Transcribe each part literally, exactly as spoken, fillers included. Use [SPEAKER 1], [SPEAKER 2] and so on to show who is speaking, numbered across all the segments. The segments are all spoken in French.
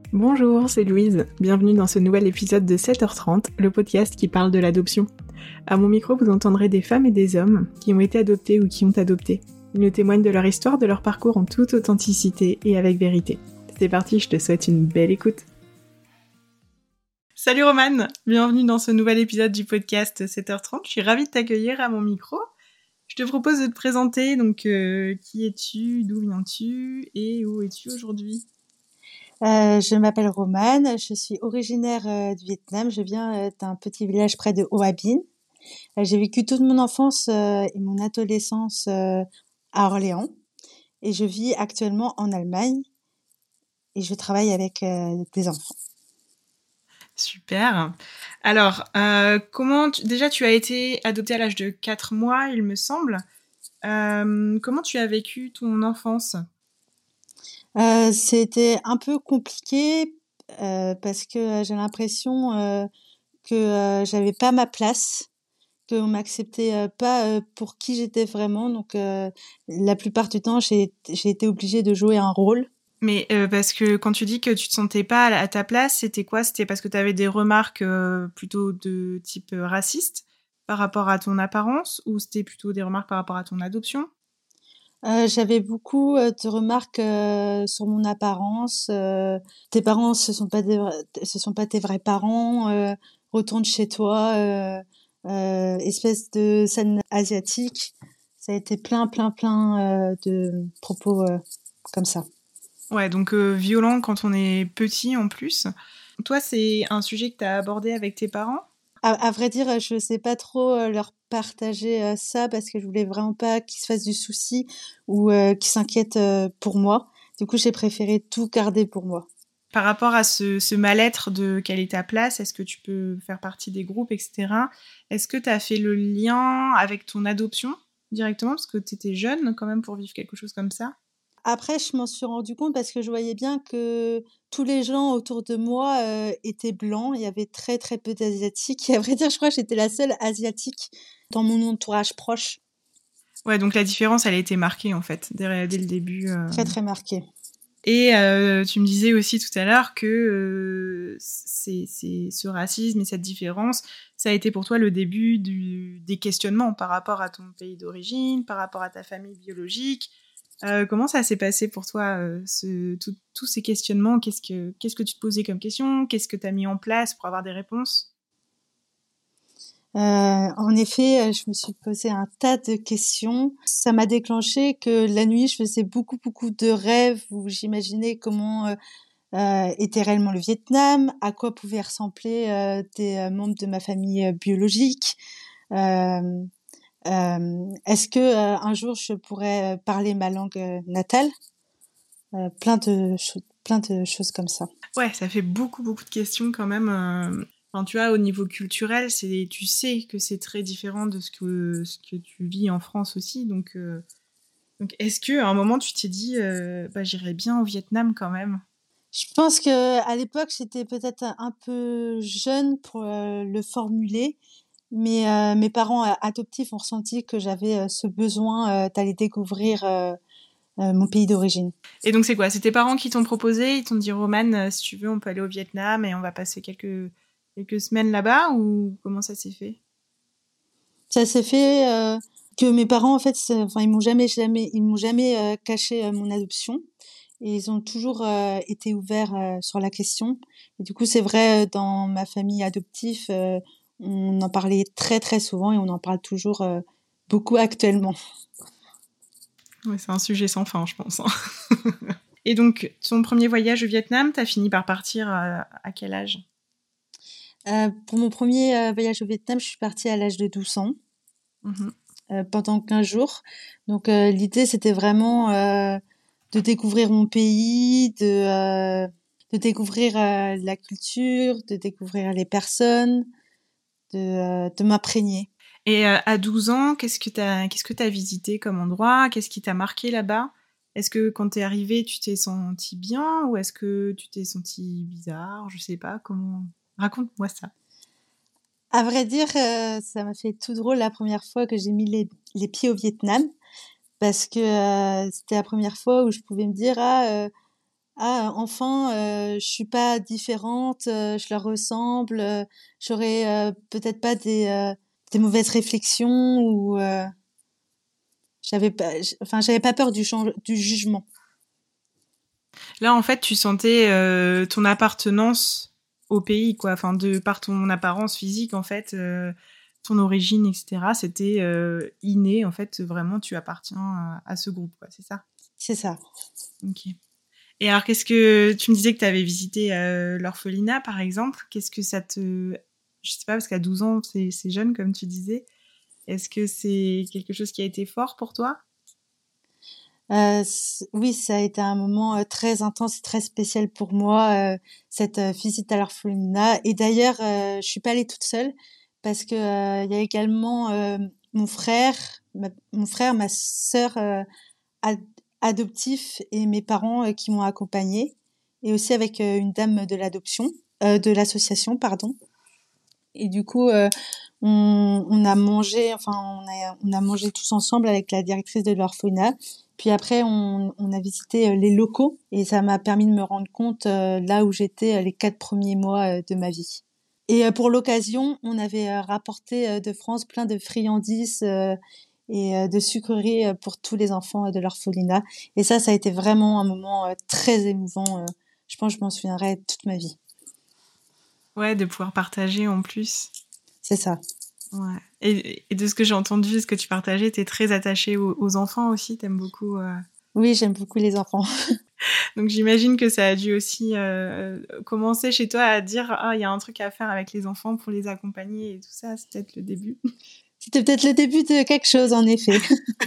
[SPEAKER 1] Bonjour, c'est Louise. Bienvenue dans ce nouvel épisode de sept heures trente, le podcast qui parle de l'adoption. À mon micro, vous entendrez des femmes et des hommes qui ont été adoptés ou qui ont adopté. Ils nous témoignent de leur histoire, de leur parcours en toute authenticité et avec vérité. C'est parti, je te souhaite une belle écoute. Salut Romane, bienvenue dans ce nouvel épisode du podcast sept heures trente. Je suis ravie de t'accueillir à mon micro. Je te propose de te présenter, donc euh, qui es-tu, d'où viens-tu et où es-tu aujourd'hui ?
[SPEAKER 2] Euh, je m'appelle Romane, je suis originaire euh, du Vietnam, je viens euh, d'un petit village près de Hoa Binh. Euh, j'ai vécu toute mon enfance euh, et mon adolescence euh, à Orléans et je vis actuellement en Allemagne et je travaille avec euh, des enfants.
[SPEAKER 1] Super. Alors, euh, comment tu... déjà tu as été adoptée à l'âge de quatre mois, il me semble. Euh, comment tu as vécu ton enfance ?
[SPEAKER 2] Euh, c'était un peu compliqué euh, parce que euh, j'ai l'impression euh, que euh, j'avais pas ma place, qu'on m'acceptait euh, pas euh, pour qui j'étais vraiment. Donc euh, la plupart du temps, j'ai, j'ai été obligée de jouer un rôle.
[SPEAKER 1] Mais euh, parce que quand tu dis que tu te sentais pas à ta place, c'était quoi ? C'était parce que tu avais des remarques euh, plutôt de type euh, raciste par rapport à ton apparence, ou c'était plutôt des remarques par rapport à ton adoption ?
[SPEAKER 2] Euh, j'avais beaucoup euh, de remarques euh, sur mon apparence. Euh, tes parents, ce sont pas des, vrais- ce sont pas tes vrais parents. Euh, retourne chez toi. Euh, euh, espèce de scène asiatique. Ça a été plein, plein, plein euh, de propos euh, comme ça.
[SPEAKER 1] Ouais, donc euh, violent quand on est petit en plus. Toi, c'est un sujet que tu as abordé avec tes parents ?
[SPEAKER 2] À, à vrai dire, je sais pas trop euh, leur partager euh, ça parce que je voulais vraiment pas qu'ils se fassent du souci ou euh, qu'ils s'inquiètent euh, pour moi. Du coup, j'ai préféré tout garder pour moi.
[SPEAKER 1] Par rapport à ce, ce mal-être de quelle est ta place, est-ce que tu peux faire partie des groupes, et cetera. Est-ce que tu as fait le lien avec ton adoption directement ? Parce que tu étais jeune quand même pour vivre quelque chose comme ça.
[SPEAKER 2] Après, je m'en suis rendu compte parce que je voyais bien que tous les gens autour de moi euh, étaient blancs. Il y avait très très peu d'asiatiques. Et à vrai dire, je crois que j'étais la seule asiatique dans mon entourage proche.
[SPEAKER 1] Ouais, donc la différence, elle a été marquée en fait, dès, dès le début. Euh...
[SPEAKER 2] Très très marquée.
[SPEAKER 1] Et euh, tu me disais aussi tout à l'heure que euh, c'est, c'est ce racisme et cette différence, ça a été pour toi le début du, des questionnements par rapport à ton pays d'origine, par rapport à ta famille biologique. Euh, comment ça s'est passé pour toi, euh, ce, tout, tous ces questionnements ? Qu'est-ce que, qu'est-ce que tu te posais comme question ? Qu'est-ce que tu as mis en place pour avoir des réponses ?
[SPEAKER 2] Euh, en effet, je me suis posé un tas de questions. Ça m'a déclenché que la nuit, je faisais beaucoup, beaucoup de rêves où j'imaginais comment euh, euh, était réellement le Vietnam, à quoi pouvaient ressembler euh, des euh, membres de ma famille euh, biologique. Euh, euh, est-ce que euh, un jour je pourrais parler ma langue euh, natale? Euh, plein de cho- plein de choses comme ça.
[SPEAKER 1] Ouais, ça fait beaucoup, beaucoup de questions quand même. Euh... Enfin, tu vois, au niveau culturel, c'est, tu sais que c'est très différent de ce que, ce que tu vis en France aussi. Donc, euh... donc est-ce qu'à un moment, tu t'es dit, euh, bah, j'irais bien au Vietnam quand même ?
[SPEAKER 2] Je pense que à l'époque, j'étais peut-être un, un peu jeune pour euh, le formuler, mais euh, mes parents euh, adoptifs ont ressenti que j'avais euh, ce besoin euh, d'aller découvrir euh, euh, mon pays d'origine.
[SPEAKER 1] Et donc, c'est quoi ? C'est tes parents qui t'ont proposé ? Ils t'ont dit, Romane, euh, si tu veux, on peut aller au Vietnam et on va passer quelques, quelques semaines là-bas ? Ou comment ça s'est fait ?
[SPEAKER 2] Ça s'est fait euh, que mes parents, en fait, enfin, ils m'ont jamais, jamais, ils m'ont jamais euh, caché euh, mon adoption. Et ils ont toujours euh, été ouverts euh, sur la question. Et du coup, c'est vrai, euh, dans ma famille adoptive, euh, on en parlait très très souvent et on en parle toujours euh, beaucoup actuellement.
[SPEAKER 1] Ouais, c'est un sujet sans fin, je pense. Et donc, ton premier voyage au Vietnam, t'as fini par partir à, à quel âge ?
[SPEAKER 2] Euh, pour mon premier euh, voyage au Vietnam, je suis partie à l'âge de douze ans,
[SPEAKER 1] Mmh.
[SPEAKER 2] euh, pendant quinze jours. Donc euh, l'idée, c'était vraiment euh, de découvrir mon pays, de, euh, de découvrir euh, la culture, de découvrir les personnes, de, euh, de m'imprégner.
[SPEAKER 1] Et euh, à douze ans, qu'est-ce que t'as, qu'est-ce que t'as visité comme endroit ? Qu'est-ce qui t'a marqué là-bas ? Est-ce que quand t'es arrivée, tu t'es sentie bien ou est-ce que tu t'es sentie bizarre ? Je sais pas, comment... Raconte-moi ça.
[SPEAKER 2] À vrai dire, euh, ça m'a fait tout drôle la première fois que j'ai mis les, les pieds au Vietnam, parce que euh, c'était la première fois où je pouvais me dire, ah, euh, ah, enfin, euh, je suis pas différente, euh, je leur ressemble, euh, j'aurais euh, peut-être pas des, euh, des mauvaises réflexions ou euh, j'avais pas, j'- enfin, j'avais pas peur du, change, du jugement.
[SPEAKER 1] Là, en fait, tu sentais euh, ton appartenance au pays, quoi. Enfin, de par ton apparence physique, en fait, euh, ton origine, et cetera. C'était euh, inné, en fait. Vraiment, tu appartiens à, à ce groupe, quoi. C'est ça.
[SPEAKER 2] C'est ça.
[SPEAKER 1] Ok. Et alors, qu'est-ce que tu me disais que tu avais visité euh, l'orphelinat, par exemple. Qu'est-ce que ça te, je sais pas, parce qu'à douze ans, c'est c'est jeune, comme tu disais. Est-ce que c'est quelque chose qui a été fort pour toi?
[SPEAKER 2] Euh, c- oui, ça a été un moment euh, très intense et très spécial pour moi, euh, cette euh, visite à l'orphelinat. Et d'ailleurs, euh, je suis pas allée toute seule parce que euh, il y a également euh, mon frère, ma, mon frère, ma sœur euh, ad- adoptif et mes parents euh, qui m'ont accompagnée, et aussi avec euh, une dame de l'adoption, euh, de l'association, pardon. Et du coup, euh, on, on a mangé, enfin, on a, on a mangé tous ensemble avec la directrice de l'orphelinat. Puis après, on, on a visité euh, les locaux et ça m'a permis de me rendre compte euh, là où j'étais euh, les quatre premiers mois euh, de ma vie. Et euh, pour l'occasion, on avait euh, rapporté euh, de France plein de friandises euh, et euh, de sucreries euh, pour tous les enfants euh, de l'orphelinat. Et ça, ça a été vraiment un moment euh, très émouvant. euh. Je pense que je m'en souviendrai toute ma vie.
[SPEAKER 1] Ouais, de pouvoir partager en plus.
[SPEAKER 2] C'est ça.
[SPEAKER 1] Ouais. Et, et de ce que j'ai entendu, ce que tu partageais, t'es très attachée aux, aux enfants aussi, t'aimes beaucoup. euh.
[SPEAKER 2] Oui, j'aime beaucoup les enfants.
[SPEAKER 1] Donc j'imagine que ça a dû aussi euh, commencer chez toi à dire ah il y a un truc à faire avec les enfants pour les accompagner et tout ça, c'est peut-être le début.
[SPEAKER 2] C'était peut-être le début de quelque chose, en effet.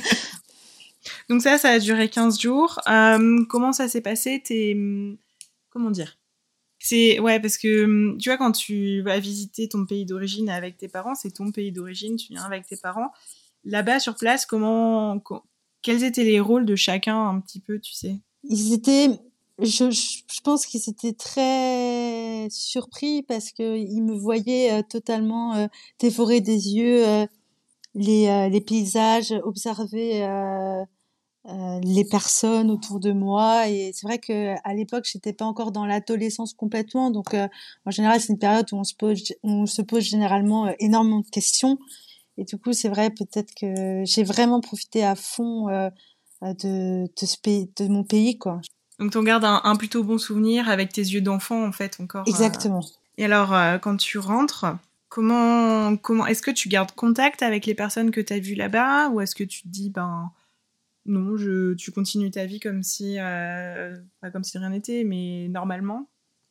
[SPEAKER 1] Donc ça, ça a duré quinze jours. Euh, comment ça s'est passé? T'es comment dire? C'est ouais parce que hum, tu vois quand tu vas visiter ton pays d'origine avec tes parents, c'est ton pays d'origine, tu viens avec tes parents. Là-bas sur place, comment co- quels étaient les rôles de chacun un petit peu, tu sais?
[SPEAKER 2] Ils étaient, je, je je pense qu'ils étaient très surpris parce que ils me voyaient euh, totalement euh, dévorer des yeux euh, les, euh, les paysages, observer euh, euh, les personnes autour de moi. Et c'est vrai que à l'époque, j'étais pas encore dans l'adolescence complètement. Donc, euh, en général, c'est une période où on se pose, où on se pose généralement euh, énormément de questions. Et du coup, c'est vrai peut-être que j'ai vraiment profité à fond euh, de, de ce pays, de mon pays, quoi.
[SPEAKER 1] Donc t'en gardes un, un plutôt bon souvenir avec tes yeux d'enfant en fait encore. euh.
[SPEAKER 2] Exactement.
[SPEAKER 1] Et alors euh, quand tu rentres, comment comment est-ce que tu gardes contact avec les personnes que t'as vues là-bas ou est-ce que tu te dis ben non je tu continues ta vie comme si euh, pas comme si rien n'était mais normalement.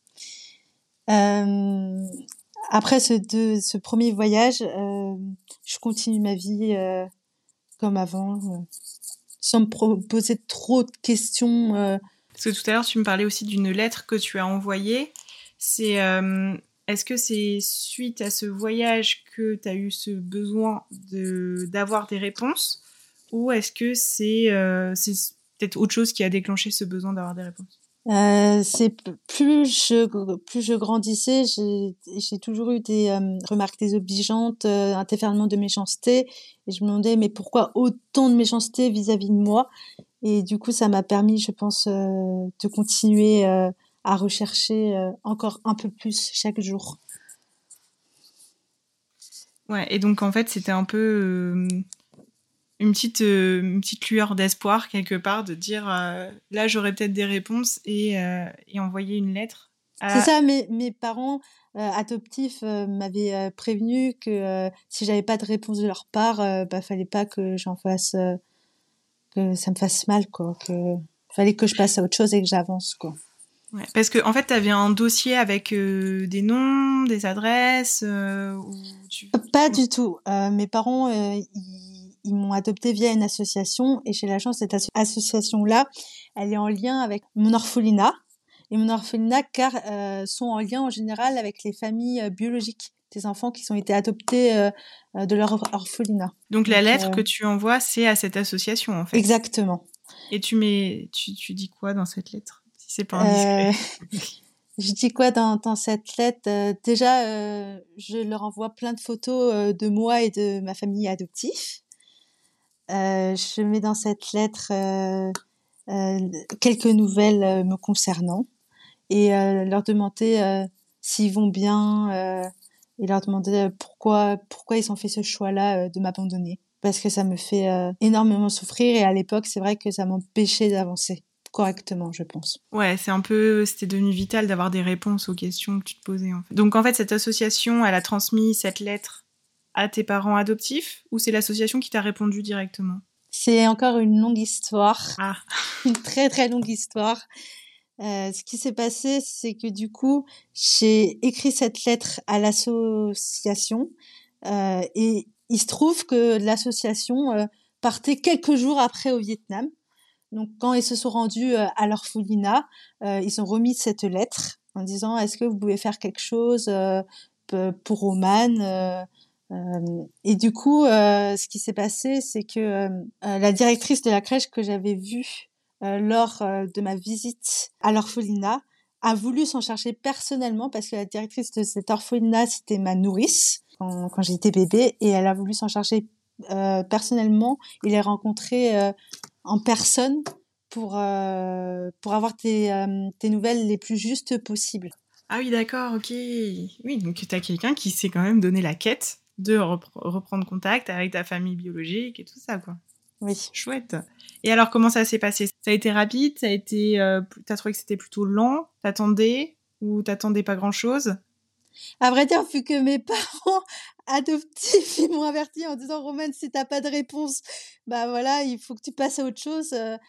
[SPEAKER 2] Euh, après ce, deux, ce premier voyage, euh, je continue ma vie euh, comme avant, euh, sans me pro- poser trop de questions. Euh,
[SPEAKER 1] Parce que tout à l'heure, tu me parlais aussi d'une lettre que tu as envoyée. C'est, euh, est-ce que c'est suite à ce voyage que tu as eu ce besoin de, d'avoir des réponses ou est-ce que c'est, euh, c'est peut-être autre chose qui a déclenché ce besoin d'avoir des réponses?
[SPEAKER 2] euh, c'est p- plus je plus je grandissais, j'ai j'ai toujours eu des euh, remarques désobligeantes, euh, un déferlement de méchanceté, et je me demandais mais pourquoi autant de méchanceté vis-à-vis de moi. Et du coup, ça m'a permis, je pense, euh, de continuer euh, à rechercher euh, encore un peu plus chaque jour.
[SPEAKER 1] Ouais, et donc en fait, c'était un peu euh, une petite, euh, une petite lueur d'espoir quelque part de dire euh, là, j'aurais peut-être des réponses et, euh, et envoyer une lettre
[SPEAKER 2] C'est
[SPEAKER 1] à.
[SPEAKER 2] ça, mes, mes parents euh, adoptifs euh, m'avaient euh, prévenu que euh, si j'avais pas de réponse de leur part, euh, bah fallait pas que j'en fasse, euh, que ça me fasse mal, quoi. Que fallait que je passe à autre chose et que j'avance, quoi.
[SPEAKER 1] Ouais, parce que en fait, tu avais un dossier avec euh, des noms, des adresses, euh, où tu...
[SPEAKER 2] Pas du tout. Euh, mes parents, euh, ils, ils m'ont adoptée via une association, et j'ai la chance, cette asso- association-là, elle est en lien avec mon orphelinat. Et mon orphelinat, car euh, sont en lien en général avec les familles euh, biologiques des enfants qui ont été adoptés euh, euh, de leur or- orphelinat.
[SPEAKER 1] Donc la
[SPEAKER 2] Donc,
[SPEAKER 1] lettre
[SPEAKER 2] euh,
[SPEAKER 1] que tu envoies, c'est à cette association en fait.
[SPEAKER 2] exactement.
[SPEAKER 1] Et tu mets, tu, tu dis quoi dans cette lettre, si c'est pas indiscret?
[SPEAKER 2] Euh, je dis quoi dans, dans cette lettre? Euh, déjà, euh, je leur envoie plein de photos euh, de moi et de ma famille adoptive. Euh, je mets dans cette lettre euh, euh, quelques nouvelles euh, me concernant et euh, leur demander euh, s'ils vont bien euh, et leur demander euh, pourquoi pourquoi ils ont fait ce choix-là euh, de m'abandonner. Parce que ça me fait euh, énormément souffrir et à l'époque, c'est vrai que ça m'empêchait d'avancer correctement, je pense.
[SPEAKER 1] Ouais, c'est un peu, c'était devenu vital d'avoir des réponses aux questions que tu te posais, en fait. Donc, en fait, cette association, elle a transmis cette lettre à tes parents adoptifs ou c'est l'association qui t'a répondu directement?
[SPEAKER 2] C'est encore une longue histoire,
[SPEAKER 1] Ah,
[SPEAKER 2] une très très longue histoire. Euh, ce qui s'est passé, c'est que du coup, j'ai écrit cette lettre à l'association euh, et il se trouve que l'association euh, partait quelques jours après au Vietnam. Donc, quand ils se sont rendus euh, à l'orphelinat, euh, ils ont remis cette lettre en disant est-ce que vous pouvez faire quelque chose euh, pe- pour Roman euh, euh, Et du coup, euh, ce qui s'est passé, c'est que euh, euh, la directrice de la crèche que j'avais vue euh, lors euh, de ma visite à l'orphelinat a voulu s'en charger personnellement parce que la directrice de cet orphelinat, c'était ma nourrice quand, quand j'étais bébé et elle a voulu s'en charger euh, personnellement. Il est rencontré euh, en personne pour, euh, pour avoir tes, euh, tes nouvelles les plus justes possibles.
[SPEAKER 1] ah oui, d'accord, ok. Oui, donc t'as quelqu'un qui s'est quand même donné la quête de repre- reprendre contact avec ta famille biologique et tout ça, quoi.
[SPEAKER 2] Oui.
[SPEAKER 1] Chouette. Et alors, comment ça s'est passé? Ça a été rapide? Ça a été, euh, t'as trouvé que c'était plutôt lent? T'attendais? Ou t'attendais pas grand-chose?
[SPEAKER 2] À vrai dire, vu que mes parents adoptifs, ils m'ont averti en disant, Roman, si t'as pas de réponse, bah voilà, il faut que tu passes à autre chose. euh,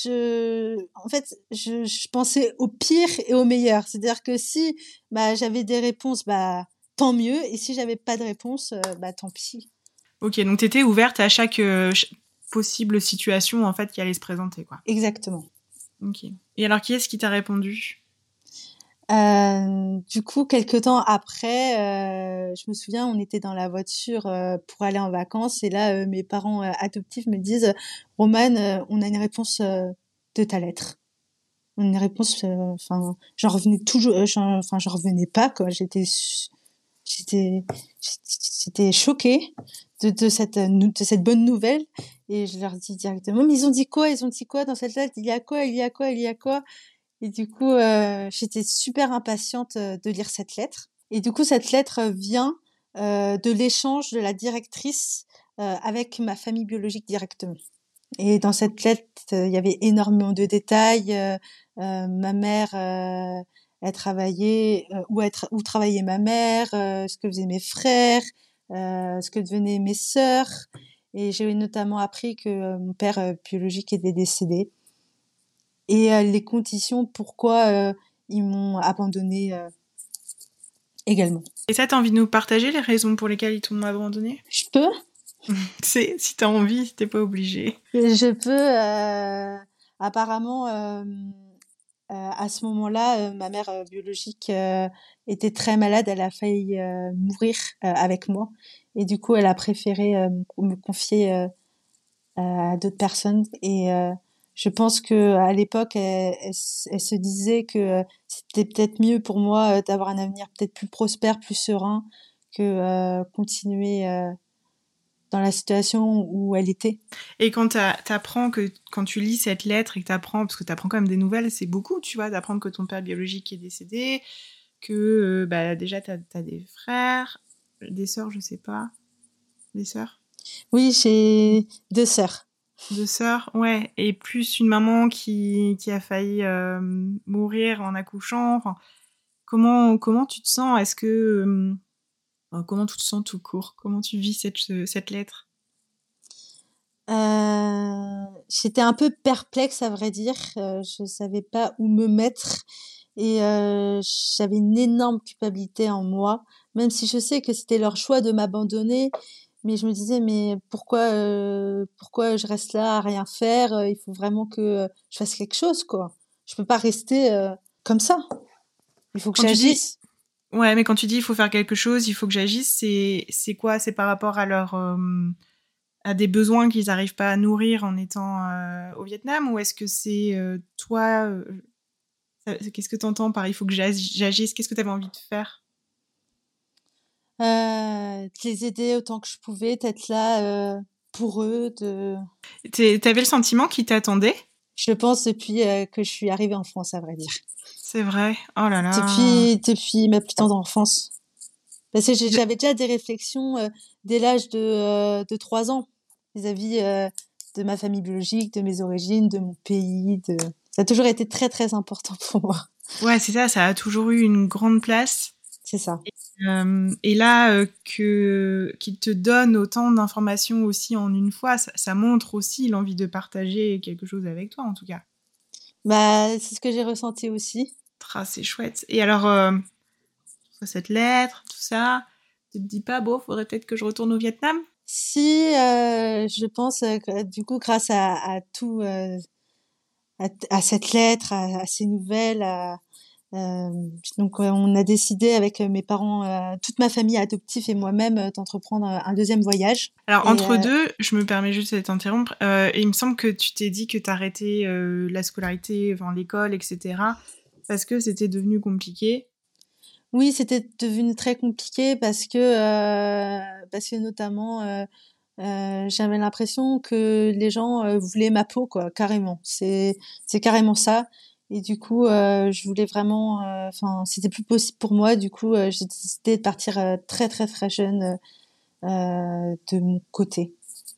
[SPEAKER 2] Je, en fait, je, je pensais au pire et au meilleur. C'est-à-dire que si, bah, j'avais des réponses, bah, tant mieux. Et si j'avais pas de réponse, euh, bah, tant pis.
[SPEAKER 1] Ok, donc t'étais ouverte à chaque euh, ch- possible situation, en fait, qui allait se présenter, quoi.
[SPEAKER 2] Exactement.
[SPEAKER 1] Ok. Et alors, qui est-ce qui t'a répondu?
[SPEAKER 2] Euh, du coup, quelques temps après, euh, je me souviens, on était dans la voiture euh, pour aller en vacances et là, euh, mes parents euh, adoptifs me disent, Roman, euh, on a une réponse euh, de ta lettre. Une réponse, euh, enfin, j'en revenais toujours, euh, j'en- enfin, j'en revenais pas quoi. J'étais, su- j'étais, j'étais choquée de, de cette, euh, nou- de cette bonne nouvelle et je leur dis directement, mais ils ont dit quoi? Ils ont dit quoi dans cette lettre? Il y a quoi? Il y a quoi? Il y a quoi? Et du coup, euh, j'étais super impatiente euh, de lire cette lettre. Et du coup, cette lettre vient euh, de l'échange de la directrice euh, avec ma famille biologique directement. Et dans cette lettre, euh, il y avait énormément de détails. Euh, euh, ma mère, euh, elle travaillait, euh, où, elle tra- où travaillait ma mère, euh, ce que faisaient mes frères, euh, ce que devenaient mes sœurs. Et j'ai notamment appris que euh, mon père euh, biologique était décédé et euh, les conditions pourquoi euh, ils m'ont abandonnée euh, également.
[SPEAKER 1] Et ça, t'as envie de nous partager les raisons pour lesquelles ils t'ont abandonné?
[SPEAKER 2] Je peux,
[SPEAKER 1] C'est, si t'as envie, si t'es pas obligé.
[SPEAKER 2] je peux. Euh, apparemment, euh, euh, à ce moment-là, euh, ma mère euh, biologique euh, était très malade. Elle a failli euh, mourir euh, avec moi, et du coup, elle a préféré euh, me confier euh, à d'autres personnes. Et euh, je pense que à l'époque, elle, elle, elle se disait que euh, c'était peut-être mieux pour moi euh, d'avoir un avenir peut-être plus prospère, plus serein, que euh, continuer euh, dans la situation où elle était.
[SPEAKER 1] Et quand t'as- t'apprends que, quand tu lis cette lettre et que t'apprends, parce que t'apprends quand même des nouvelles, c'est beaucoup, tu vois, d'apprendre que ton père biologique est décédé, que, euh, bah, déjà, t'as, t'as des frères, des sœurs, je sais pas. Des sœurs?
[SPEAKER 2] Oui, j'ai deux sœurs.
[SPEAKER 1] Deux sœurs, ouais. Et plus une maman qui, qui a failli euh, mourir en accouchant. Enfin, comment, comment tu te sens? Est-ce que... euh, comment tu te sens tout court? Comment tu vis cette, cette lettre?
[SPEAKER 2] Euh, j'étais un peu perplexe à vrai dire. Euh, je savais pas où me mettre et euh, j'avais une énorme culpabilité en moi, même si je sais que c'était leur choix de m'abandonner. Mais je me disais mais pourquoi euh, pourquoi je reste là à rien faire? Euh, Il faut vraiment que euh, je fasse quelque chose quoi. Je peux pas rester euh, comme ça. Il faut que
[SPEAKER 1] Quand tu dis...
[SPEAKER 2] j'agisse.
[SPEAKER 1] Ouais, mais quand tu dis il faut faire quelque chose, il faut que j'agisse, c'est, c'est quoi? C'est par rapport à leur... euh, à des besoins qu'ils n'arrivent pas à nourrir en étant euh, au Vietnam? Ou est-ce que c'est euh, toi... euh, ça- qu'est-ce que tu entends par il faut que j'ag- j'agisse? Qu'est-ce que tu avais envie de faire?
[SPEAKER 2] Euh, de les aider autant que je pouvais, d'être là euh, pour eux, de
[SPEAKER 1] T'es- T'avais le sentiment qu'ils t'attendaient?
[SPEAKER 2] Je pense depuis euh, que je suis arrivée en France, à vrai dire.
[SPEAKER 1] C'est vrai. Oh là là.
[SPEAKER 2] Depuis, depuis ma plus tendre enfance. Parce que j'ai- j'avais déjà des réflexions euh, dès l'âge de, euh, de trois ans vis-à-vis euh, de ma famille biologique, de mes origines, de mon pays. De... Ça a toujours été très, très important pour moi.
[SPEAKER 1] Ouais, c'est ça, ça a toujours eu une grande place.
[SPEAKER 2] C'est ça.
[SPEAKER 1] Euh, et là, euh, que qu'il te donne autant d'informations aussi en une fois, ça, ça montre aussi l'envie de partager quelque chose avec toi, en tout cas.
[SPEAKER 2] Bah, c'est ce que j'ai ressenti aussi.
[SPEAKER 1] Ah, c'est chouette. Et alors, euh, cette lettre, tout ça, tu te dis pas, bon, faudrait peut-être que je retourne au Vietnam?
[SPEAKER 2] Si, euh, je pense, euh, que, du coup, grâce à, à tout, euh, à, à cette lettre, à, à ces nouvelles, à, euh, donc euh, on a décidé avec euh, mes parents, euh, toute ma famille adoptive et moi-même, euh, d'entreprendre un un deuxième voyage.
[SPEAKER 1] Alors,
[SPEAKER 2] Et
[SPEAKER 1] entre
[SPEAKER 2] euh,
[SPEAKER 1] deux, je me permets juste de t'interrompre. Euh, il me semble que tu t'es dit que t'arrêtais euh, la scolarité, enfin, l'école, et cetera, parce que c'était devenu compliqué.
[SPEAKER 2] oui, c'était devenu très compliqué parce que, euh, parce que notamment, euh, euh, j'avais l'impression que les gens euh, voulaient ma peau, quoi, carrément. C'est, c'est carrément ça. Et du coup, euh, je voulais vraiment, euh, enfin, c'était plus possible pour moi. Du coup, euh, j'ai décidé de partir euh, très, très, très jeune euh, de mon côté.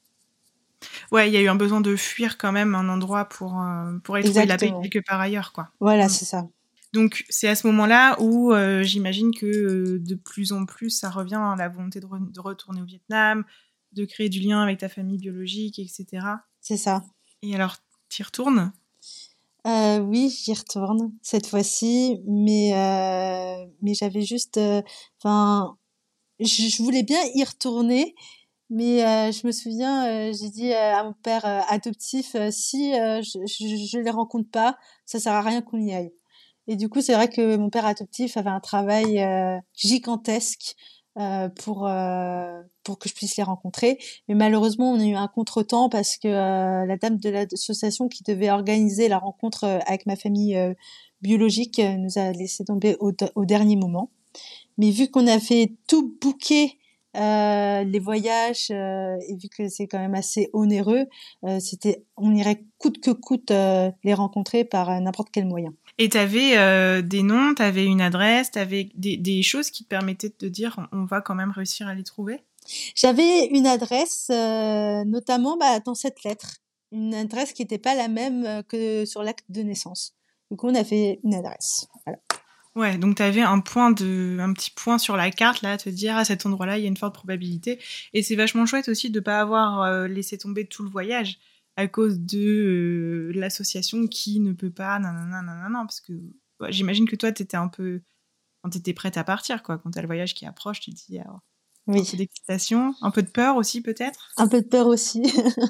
[SPEAKER 1] Ouais, il y a eu un besoin de fuir quand même un endroit pour, euh, pour aller trouver la paix
[SPEAKER 2] Exactement.
[SPEAKER 1] quelque part ailleurs, quoi.
[SPEAKER 2] Voilà,
[SPEAKER 1] Mm.
[SPEAKER 2] c'est ça.
[SPEAKER 1] Donc, c'est à ce moment-là où euh, j'imagine que euh, de plus en plus, ça revient à la volonté de, re- de retourner au Vietnam, de créer du lien avec ta famille biologique, et cetera.
[SPEAKER 2] C'est ça.
[SPEAKER 1] Et alors, t'y retournes?
[SPEAKER 2] Euh, oui, j'y retourne cette fois-ci, mais euh, mais j'avais juste, euh, enfin, je, je voulais bien y retourner, mais euh, je me souviens, euh, j'ai dit euh, à mon père euh, adoptif, euh, si euh, je, je, je les rencontre pas, ça sert à rien qu'on y aille. Et du coup, c'est vrai que mon père adoptif avait un travail euh, gigantesque euh, pour euh, pour que je puisse les rencontrer. Mais malheureusement, on a eu un contretemps parce que euh, la dame de l'association qui devait organiser la rencontre euh, avec ma famille euh, biologique euh, nous a laissé tomber au, au dernier moment. Mais vu qu'on a fait tout booker euh, les voyages euh, et vu que c'est quand même assez onéreux, euh, c'était on irait coûte que coûte euh, les rencontrer par euh, n'importe quel moyen.
[SPEAKER 1] Et t'avais euh, des noms, t'avais une adresse, t'avais des, des choses qui te permettaient de te dire on va quand même réussir à les trouver?
[SPEAKER 2] J'avais une adresse, euh, notamment bah, dans cette lettre, une adresse qui n'était pas la même euh, que sur l'acte de naissance. Du coup, on a fait une adresse. Voilà.
[SPEAKER 1] Ouais, donc tu avais un point de, un petit point sur la carte là, à te dire à cet endroit-là il y a une forte probabilité. Et c'est vachement chouette aussi de pas avoir euh, laissé tomber tout le voyage à cause de euh, l'association qui ne peut pas, nanana, nanana, parce que ouais, j'imagine que toi t'étais un peu, quand t'étais prête à partir quoi, quand t'as le voyage qui approche, tu te dis alors, un peu
[SPEAKER 2] Oui,
[SPEAKER 1] d'excitation, un peu de peur aussi peut-être.
[SPEAKER 2] un peu de peur aussi.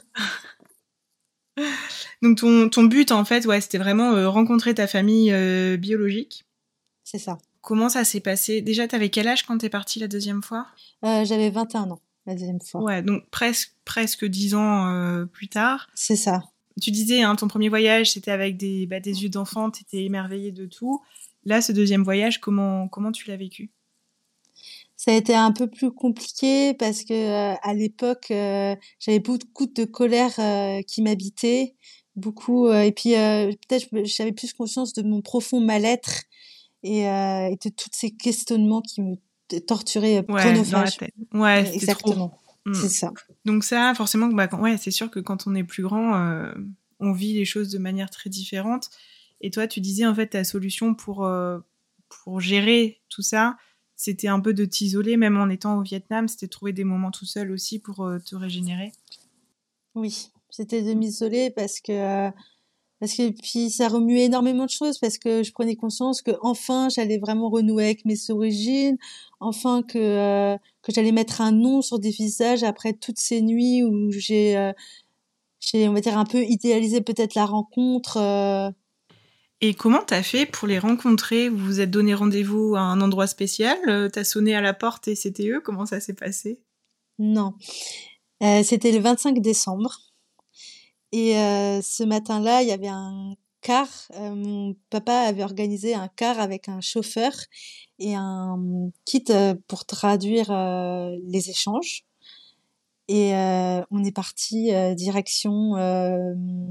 [SPEAKER 1] Donc ton, ton but en fait, ouais, c'était vraiment euh, rencontrer ta famille euh, biologique.
[SPEAKER 2] C'est ça.
[SPEAKER 1] Comment ça s'est passé? Déjà, t'avais quel âge quand t'es partie la deuxième fois?
[SPEAKER 2] Euh, j'avais vingt et un ans la deuxième fois.
[SPEAKER 1] Ouais, donc presque presque dix ans euh, plus tard.
[SPEAKER 2] C'est ça.
[SPEAKER 1] Tu disais, hein, ton premier voyage, c'était avec des, bah, des yeux d'enfant, t'étais émerveillée de tout. Là, ce deuxième voyage, comment comment tu l'as vécu?
[SPEAKER 2] Ça a été un peu plus compliqué parce que euh, à l'époque, euh, j'avais beaucoup de colère euh, qui m'habitait, beaucoup. Euh, et puis euh, peut-être je me- j'avais plus conscience de mon profond mal-être et, euh, et de tous ces questionnements qui me t- torturaient euh,
[SPEAKER 1] Ouais, dans la
[SPEAKER 2] chronophage.
[SPEAKER 1] tête. Ouais,
[SPEAKER 2] Ouais,
[SPEAKER 1] c'était trop.
[SPEAKER 2] exactement.
[SPEAKER 1] Mm.
[SPEAKER 2] C'est ça.
[SPEAKER 1] Donc ça, forcément, bah, quand- ouais, c'est sûr que quand on est plus grand, euh, on vit les choses de manière très différente. Et toi, tu disais en fait ta solution pour euh, pour gérer tout ça, c'était un peu de t'isoler, même en étant au Vietnam, c'était de trouver des moments tout seul aussi pour euh, te régénérer.
[SPEAKER 2] Oui, c'était de m'isoler parce que euh, parce que puis ça remuait énormément de choses parce que je prenais conscience que enfin j'allais vraiment renouer avec mes origines, enfin que euh, que j'allais mettre un nom sur des visages après toutes ces nuits où j'ai euh, j'ai on va dire un peu idéalisé peut-être la rencontre. euh,
[SPEAKER 1] Et comment t'as fait pour les rencontrer? Vous vous êtes donné rendez-vous à un endroit spécial? Euh, T'as sonné à la porte et c'était eux? Comment ça s'est passé?
[SPEAKER 2] non. Euh, c'était le vingt-cinq décembre et euh, ce matin-là il y avait un car. Euh, mon papa avait organisé un car avec un chauffeur et un kit euh, pour traduire euh, les échanges. Et euh, on est parti euh, direction euh, mon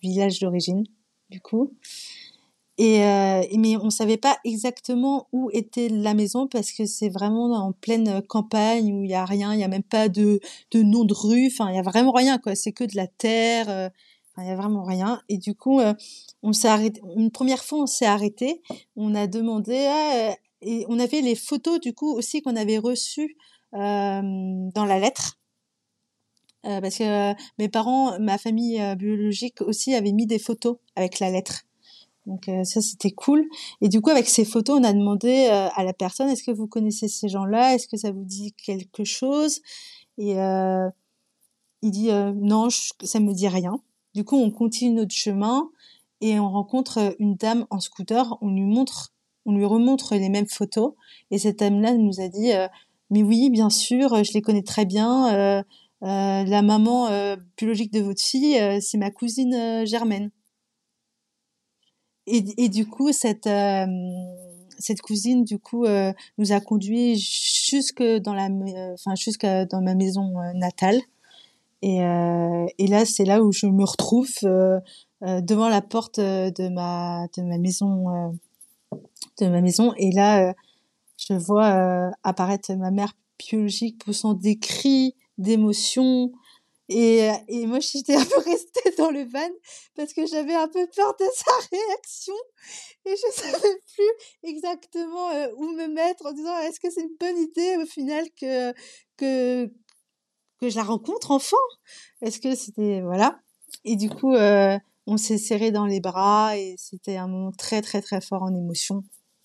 [SPEAKER 2] village d'origine, du coup. Et euh, mais on savait pas exactement où était la maison parce que c'est vraiment en pleine campagne où il y a rien, il y a même pas de de nom de rue, enfin il y a vraiment rien quoi, c'est que de la terre, euh, enfin il y a vraiment rien. Et du coup, euh, on s'est arrêté une première fois, on s'est arrêté, on a demandé ah, euh, et on avait les photos du coup aussi qu'on avait reçues euh, dans la lettre. Euh, parce que euh, mes parents, ma famille euh, biologique aussi avait mis des photos avec la lettre. Donc euh, ça c'était cool. Et du coup avec ces photos, on a demandé euh, à la personne est-ce que vous connaissez ces gens-là? Est-ce que ça vous dit quelque chose? Et euh, il dit euh, non, je, ça me dit rien. Du coup on continue notre chemin et on rencontre une dame en scooter. On lui montre, on lui remontre les mêmes photos. Et cette dame-là nous a dit euh, mais oui bien sûr, je les connais très bien. Euh, euh, la maman euh, biologique de votre fille, euh, c'est ma cousine euh, germaine. Et, et du coup, cette, euh, cette cousine, du coup, euh, nous a conduits jusque dans la, euh, enfin, jusque dans ma maison euh, natale. Et, euh, et là, c'est là où je me retrouve euh, euh, devant la porte de ma, de ma maison, euh, de ma maison. Et là, euh, je vois euh, apparaître ma mère biologique poussant des cris d'émotion. Et, et moi, j'étais un peu restée dans le van parce que j'avais un peu peur de sa réaction. Et je savais plus exactement euh, où me mettre en disant est-ce que c'est une bonne idée au final que que que je la rencontre enfin? Est-ce que c'était voilà? Et du coup euh, on s'est serré dans les bras et c'était un moment très très très fort en émotion.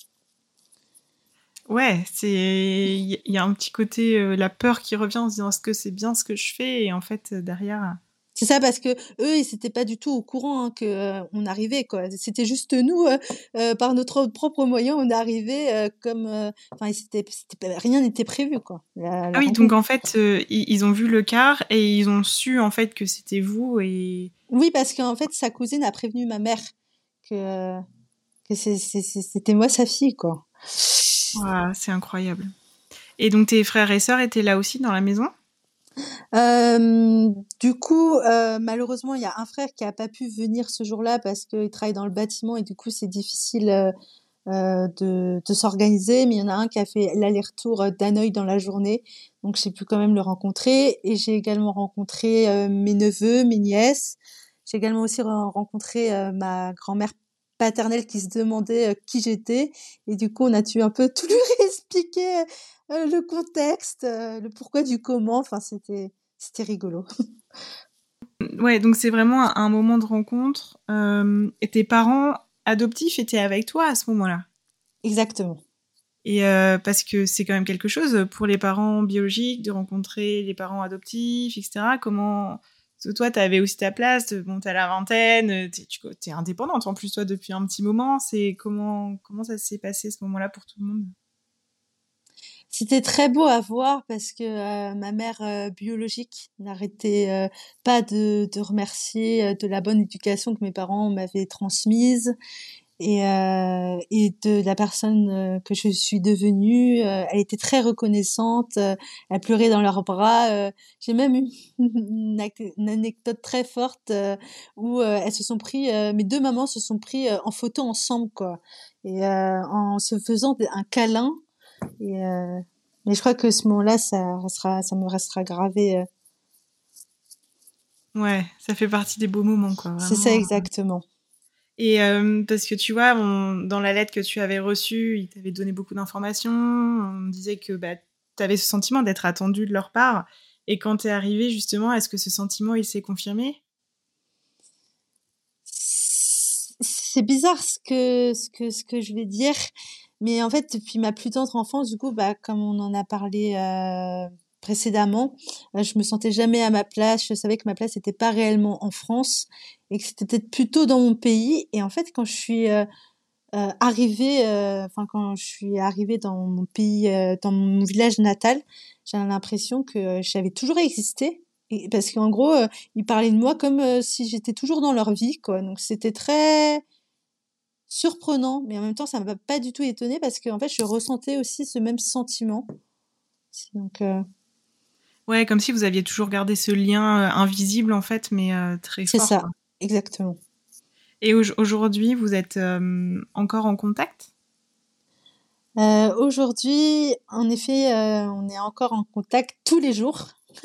[SPEAKER 1] Ouais, c'est il y, y a un petit côté euh, la peur qui revient en se disant est-ce que c'est bien ce que je fais et en fait euh, derrière.
[SPEAKER 2] C'est ça parce que eux ils étaient pas du tout au courant hein, que euh, on arrivait quoi. C'était juste nous euh, euh, par notre propre moyen on arrivait euh, comme enfin euh, c'était, c'était rien n'était prévu quoi. La, la
[SPEAKER 1] Ah oui,
[SPEAKER 2] rencontre.
[SPEAKER 1] donc en fait euh, ils, ils ont vu le car et ils ont su en fait que c'était vous et.
[SPEAKER 2] Oui parce qu'en fait sa cousine a prévenu ma mère que que c'est, c'est, c'est- c'était moi sa fille quoi.
[SPEAKER 1] Ouah, c'est incroyable. Et donc tes frères et sœurs étaient là aussi dans la maison?
[SPEAKER 2] Euh, du coup, euh, malheureusement, il y a un frère qui a pas pu venir ce jour-là parce qu'il travaille dans le bâtiment et du coup, c'est difficile euh, euh, de, de s'organiser. Mais il y en a un qui a fait l'aller-retour euh, d'Hanoï dans la journée, donc j'ai pu quand même le rencontrer. Et j'ai également rencontré euh, mes neveux, mes nièces. J'ai également aussi re- rencontré euh, ma grand-mère paternelle qui se demandait euh, qui j'étais. Et du coup, on a dû un peu tout lui expliquer euh, le contexte, euh, le pourquoi du comment. Enfin, c'était c'était rigolo.
[SPEAKER 1] Ouais, donc c'est vraiment un, un moment de rencontre. Euh, et tes parents adoptifs étaient avec toi à ce moment-là?
[SPEAKER 2] Exactement.
[SPEAKER 1] Et euh, parce que c'est quand même quelque chose pour les parents biologiques de rencontrer les parents adoptifs, et cetera. Comment parce que toi, t'avais aussi ta place, bon, t'as la vingtaine, t'es, tu t'es indépendante en plus toi depuis un petit moment. C'est comment comment ça s'est passé ce moment-là pour tout le monde?
[SPEAKER 2] C'était très beau à voir parce que euh, ma mère euh, biologique n'arrêtait euh, pas de, de remercier euh, de la bonne éducation que mes parents m'avaient transmise et, euh, et de la personne euh, que je suis devenue. Euh, elle était très reconnaissante, euh, elle pleurait dans leurs bras. Euh, j'ai même eu une, ac- une anecdote très forte euh, où euh, elles se sont pris, euh, mes deux mamans se sont pris euh, en photo ensemble quoi, et euh, en se faisant un câlin. Et euh, mais je crois que ce moment-là, ça restera, ça me restera gravé. euh.
[SPEAKER 1] Ouais, ça fait partie des beaux moments quoi,
[SPEAKER 2] C'est ça
[SPEAKER 1] vraiment.
[SPEAKER 2] exactement.
[SPEAKER 1] Et euh, parce que tu vois, on- dans la lettre que tu avais reçue, ils t'avaient donné beaucoup d'informations. On disait que bah, tu avais ce sentiment d'être attendu de leur part. Et quand t'es arrivé, justement, est-ce que ce sentiment, il s'est confirmé?
[SPEAKER 2] C'est bizarre ce que ce que ce que je vais dire, mais en fait depuis ma plus tendre enfance, du coup, bah comme on en a parlé euh, précédemment, euh, je me sentais jamais à ma place. Je savais que ma place n'était pas réellement en France et que c'était peut-être plutôt dans mon pays. Et en fait, quand je suis euh, euh, arrivée, euh, enfin quand je suis arrivée dans mon pays, euh, dans mon village natal, j'ai l'impression que euh, j'avais toujours existé. Et, parce qu'en gros, euh, ils parlaient de moi comme euh, si j'étais toujours dans leur vie, quoi. Donc c'était très surprenant, mais en même temps, ça m'a pas du tout étonnée parce qu'en fait, je ressentais aussi ce même sentiment. Donc euh,
[SPEAKER 1] Ouais, comme si vous aviez toujours gardé ce lien euh, invisible, en fait, mais euh, très
[SPEAKER 2] c'est
[SPEAKER 1] fort, quoi.
[SPEAKER 2] ça, exactement.
[SPEAKER 1] Et au- aujourd'hui, vous êtes euh, encore en contact ?
[SPEAKER 2] Euh, aujourd'hui, en effet, euh, on est encore en contact tous les jours.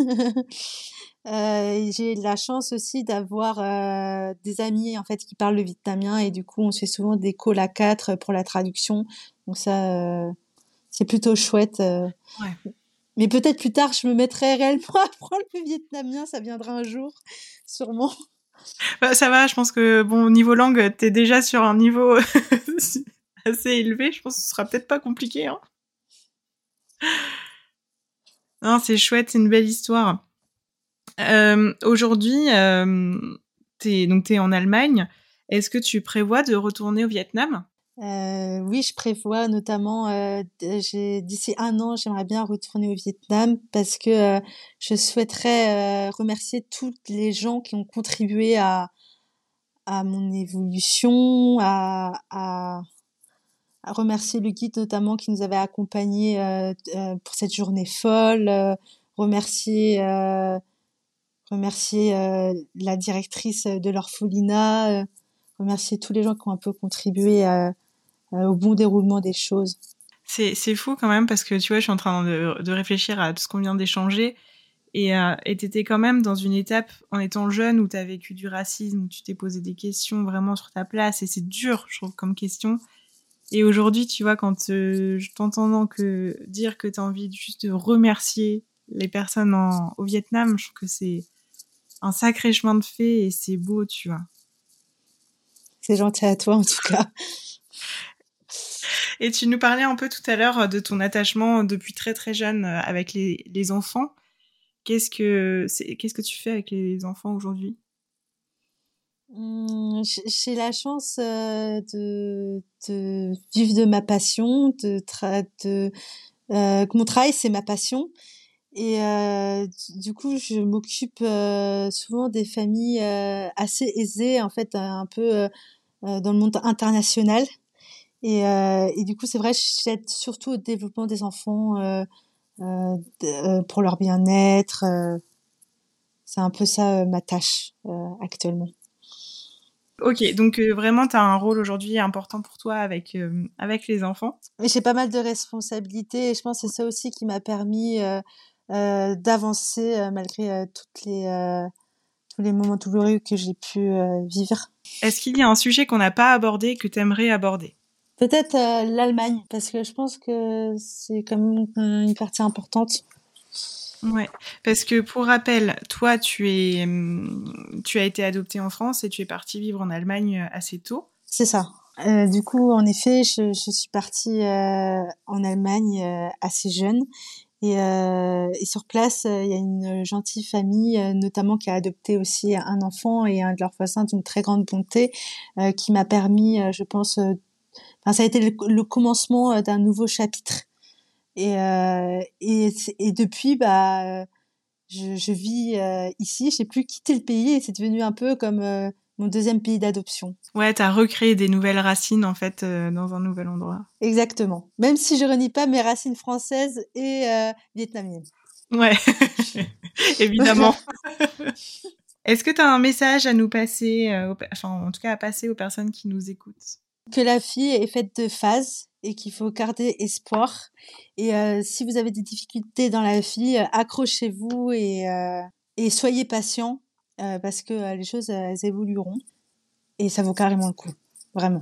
[SPEAKER 2] Euh, et j'ai la chance aussi d'avoir euh, des amis en fait qui parlent le vietnamien et du coup on se fait souvent des calls à quatre pour la traduction. Donc ça, euh, c'est plutôt chouette. euh.
[SPEAKER 1] Ouais.
[SPEAKER 2] Mais peut-être plus tard, je me mettrai réellement à apprendre le vietnamien. Ça viendra un jour, sûrement.
[SPEAKER 1] Bah, ça va, je pense que, bon, niveau langue, t'es déjà sur un niveau assez élevé. Je pense que ce sera peut-être pas compliqué, hein. Non, c'est chouette, c'est une belle histoire. Euh, aujourd'hui, euh, t'es, donc t'es en Allemagne. Est-ce que tu prévois de retourner au Vietnam ?
[SPEAKER 2] Euh, oui, je prévois notamment, euh, d- j'ai, d'ici un an, j'aimerais bien retourner au Vietnam parce que euh, je souhaiterais euh, remercier tous les gens qui ont contribué à, à mon évolution, à, à, à remercier le guide notamment qui nous avait accompagnés euh, euh, pour cette journée folle, euh, remercier, euh, remercier euh, la directrice de l'orphelinat, euh, remercier tous les gens qui ont un peu contribué à euh, au bon déroulement des choses.
[SPEAKER 1] C'est, c'est fou quand même parce que tu vois, je suis en train de, de réfléchir à tout ce qu'on vient d'échanger et euh, et t'étais quand même dans une étape en étant jeune où t'as vécu du racisme, où tu t'es posé des questions vraiment sur ta place et c'est dur, je trouve, comme question. Et aujourd'hui, tu vois, quand euh, je t'entendant que dire que t'as envie de, juste de remercier les personnes en, au Vietnam, je trouve que c'est un sacré chemin de fait et c'est beau, tu vois.
[SPEAKER 2] C'est gentil à toi en tout cas.
[SPEAKER 1] Et tu nous parlais un peu tout à l'heure de ton attachement depuis très très jeune avec les, les enfants. Qu'est-ce que c'est, qu'est-ce que tu fais avec les enfants aujourd'hui ?
[SPEAKER 2] Hum, j- j'ai la chance euh, de, de vivre de ma passion, de, tra- de euh, que mon travail c'est ma passion et euh, du du coup je m'occupe euh, souvent des familles euh, assez aisées en fait un peu euh, euh, dans le monde international et, euh, et du coup c'est vrai j'aide surtout au développement des enfants euh, euh, d- euh, pour leur bien-être. euh, C'est un peu ça euh, ma tâche euh, actuellement.
[SPEAKER 1] Ok, donc euh, vraiment, tu as un rôle aujourd'hui important pour toi avec, euh, avec les enfants.
[SPEAKER 2] Mais j'ai pas mal de responsabilités et je pense que c'est ça aussi qui m'a permis euh, euh, d'avancer euh, malgré euh, toutes les, euh, tous les moments douloureux que j'ai pu euh, vivre.
[SPEAKER 1] Est-ce qu'il y a un sujet qu'on n'a pas abordé que tu aimerais aborder ?
[SPEAKER 2] Peut-être euh, l'Allemagne, parce que je pense que c'est quand même une partie importante.
[SPEAKER 1] Ouais, parce que pour rappel, toi, tu es, hum, tu as été adopté en France et tu es parti vivre en Allemagne assez tôt.
[SPEAKER 2] C'est ça. Euh, du coup, en effet, je, je suis partie euh, en Allemagne euh, assez jeune. Et, euh, et sur place, euh, il y a une gentille famille, euh, notamment qui a adopté aussi un enfant et un de leurs voisins d'une très grande bonté, euh, qui m'a permis, euh, je pense, euh, enfin, ça a été le, le commencement euh, d'un nouveau chapitre. Et, euh, et, c'est- et depuis, bah, euh, je, je vis euh, ici. J'ai plus quitté le pays et c'est devenu un peu comme euh, mon deuxième pays d'adoption.
[SPEAKER 1] Ouais, t'as recréé des nouvelles racines en fait euh, dans un nouvel endroit.
[SPEAKER 2] Exactement. Même si je renie pas mes racines françaises et euh, vietnamiennes.
[SPEAKER 1] Ouais, évidemment. Est-ce que t'as un message à nous passer, euh, aux, enfin en tout cas à passer aux personnes qui nous écoutent ?
[SPEAKER 2] Que la vie est faite de phases et qu'il faut garder espoir. Et euh, si vous avez des difficultés dans la vie, euh, accrochez-vous et, euh, et soyez patient euh, parce que euh, les choses euh, elles évolueront et ça vaut carrément le coup, vraiment.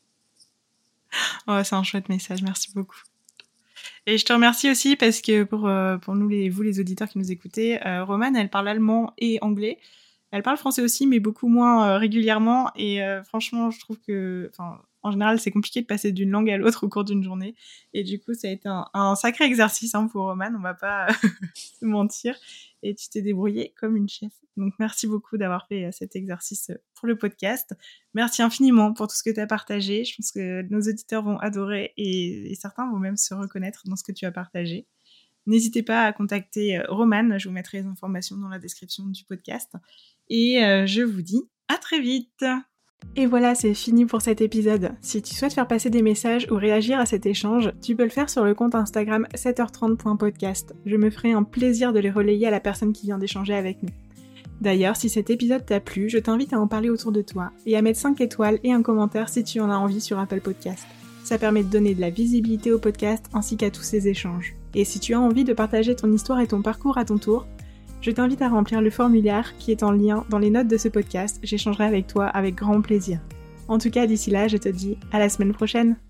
[SPEAKER 1] Oh, c'est un chouette message, merci beaucoup. Et je te remercie aussi parce que pour, euh, pour nous, les, vous les auditeurs qui nous écoutez, euh, Romane, elle parle allemand et anglais. Elle parle français aussi, mais beaucoup moins euh, régulièrement. Et euh, franchement, je trouve que, enfin, en général, c'est compliqué de passer d'une langue à l'autre au cours d'une journée. Et du coup, ça a été un, un sacré exercice hein, pour Romane, on va pas se mentir. Et tu t'es débrouillée comme une chef. Donc, merci beaucoup d'avoir fait euh, cet exercice pour le podcast. Merci infiniment pour tout ce que tu as partagé. Je pense que nos auditeurs vont adorer et, et certains vont même se reconnaître dans ce que tu as partagé. N'hésitez pas à contacter Romane, je vous mettrai les informations dans la description du podcast. Et euh, je vous dis à très vite. Et voilà, c'est fini pour cet épisode. Si tu souhaites faire passer des messages ou réagir à cet échange, tu peux le faire sur le compte Instagram sept heures trente point podcast. Je me ferai un plaisir de les relayer à la personne qui vient d'échanger avec nous. D'ailleurs, si cet épisode t'a plu, je t'invite à en parler autour de toi et à mettre cinq étoiles et un commentaire si tu en as envie sur Apple Podcast. Ça permet de donner de la visibilité au podcast ainsi qu'à tous ces échanges. Et si tu as envie de partager ton histoire et ton parcours à ton tour, je t'invite à remplir le formulaire qui est en lien dans les notes de ce podcast. J'échangerai avec toi avec grand plaisir. En tout cas, d'ici là, je te dis à la semaine prochaine.